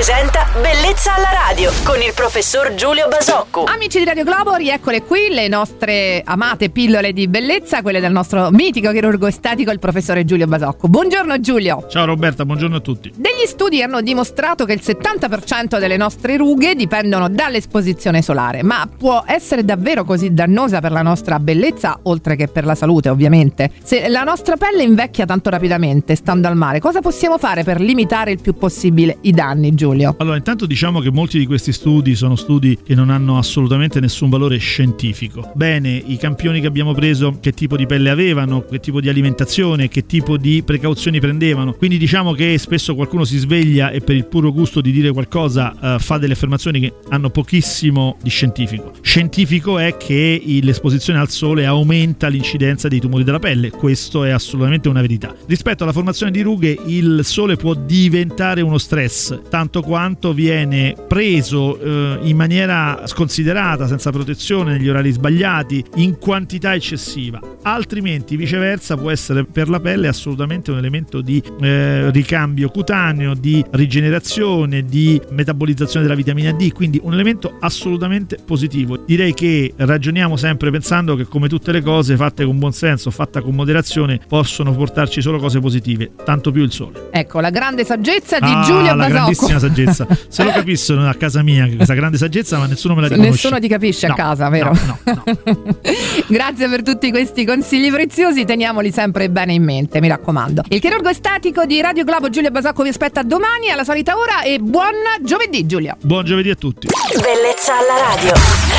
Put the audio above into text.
presenta Bellezza alla radio con il professor Giulio Basocco. Amici di Radio Globo, rieccole qui le nostre amate pillole di bellezza, quelle del nostro mitico chirurgo estetico, il professore Giulio Basocco. Buongiorno Giulio. Ciao Roberta, buongiorno a tutti. Degli studi hanno dimostrato che il 70% delle nostre rughe dipendono dall'esposizione solare, ma può essere davvero così dannosa per la nostra bellezza, oltre che per la salute ovviamente? Se la nostra pelle invecchia tanto rapidamente stando al mare, cosa possiamo fare per limitare il più possibile i danni, Giulio? Allora, intanto diciamo che molti di questi studi sono studi che non hanno assolutamente nessun valore scientifico. Bene, i campioni che abbiamo preso, che tipo di pelle avevano, che tipo di alimentazione, che tipo di precauzioni prendevano. Quindi diciamo che spesso qualcuno si sveglia e per il puro gusto di dire qualcosa fa delle affermazioni che hanno pochissimo di scientifico. Scientifico è che l'esposizione al sole aumenta l'incidenza dei tumori della pelle. Questo è assolutamente una verità. Rispetto alla formazione di rughe, il sole può diventare uno stress, tanto quanto viene preso in maniera sconsiderata, senza protezione, negli orari sbagliati, in quantità eccessiva. Altrimenti, viceversa, può essere per la pelle assolutamente un elemento di ricambio cutaneo, di rigenerazione, di metabolizzazione della vitamina D, quindi un elemento assolutamente positivo. Direi che ragioniamo sempre pensando che, come tutte le cose fatte con buon senso, fatta con moderazione, possono portarci solo cose positive, tanto più il sole. Ecco, la grande saggezza di Giulio Basocco. La grandissima saggezza. Se lo capissero a casa mia questa grande saggezza, ma nessuno me la riconosce. Nessuno ti capisce a casa, vero? No. Grazie per tutti questi consigli preziosi, teniamoli sempre bene in mente, mi raccomando. Il chirurgo estetico di Radio Globo Giulio Basocco vi aspetta domani alla solita ora e buon giovedì, Giulio. Buon giovedì a tutti. Bellezza alla radio.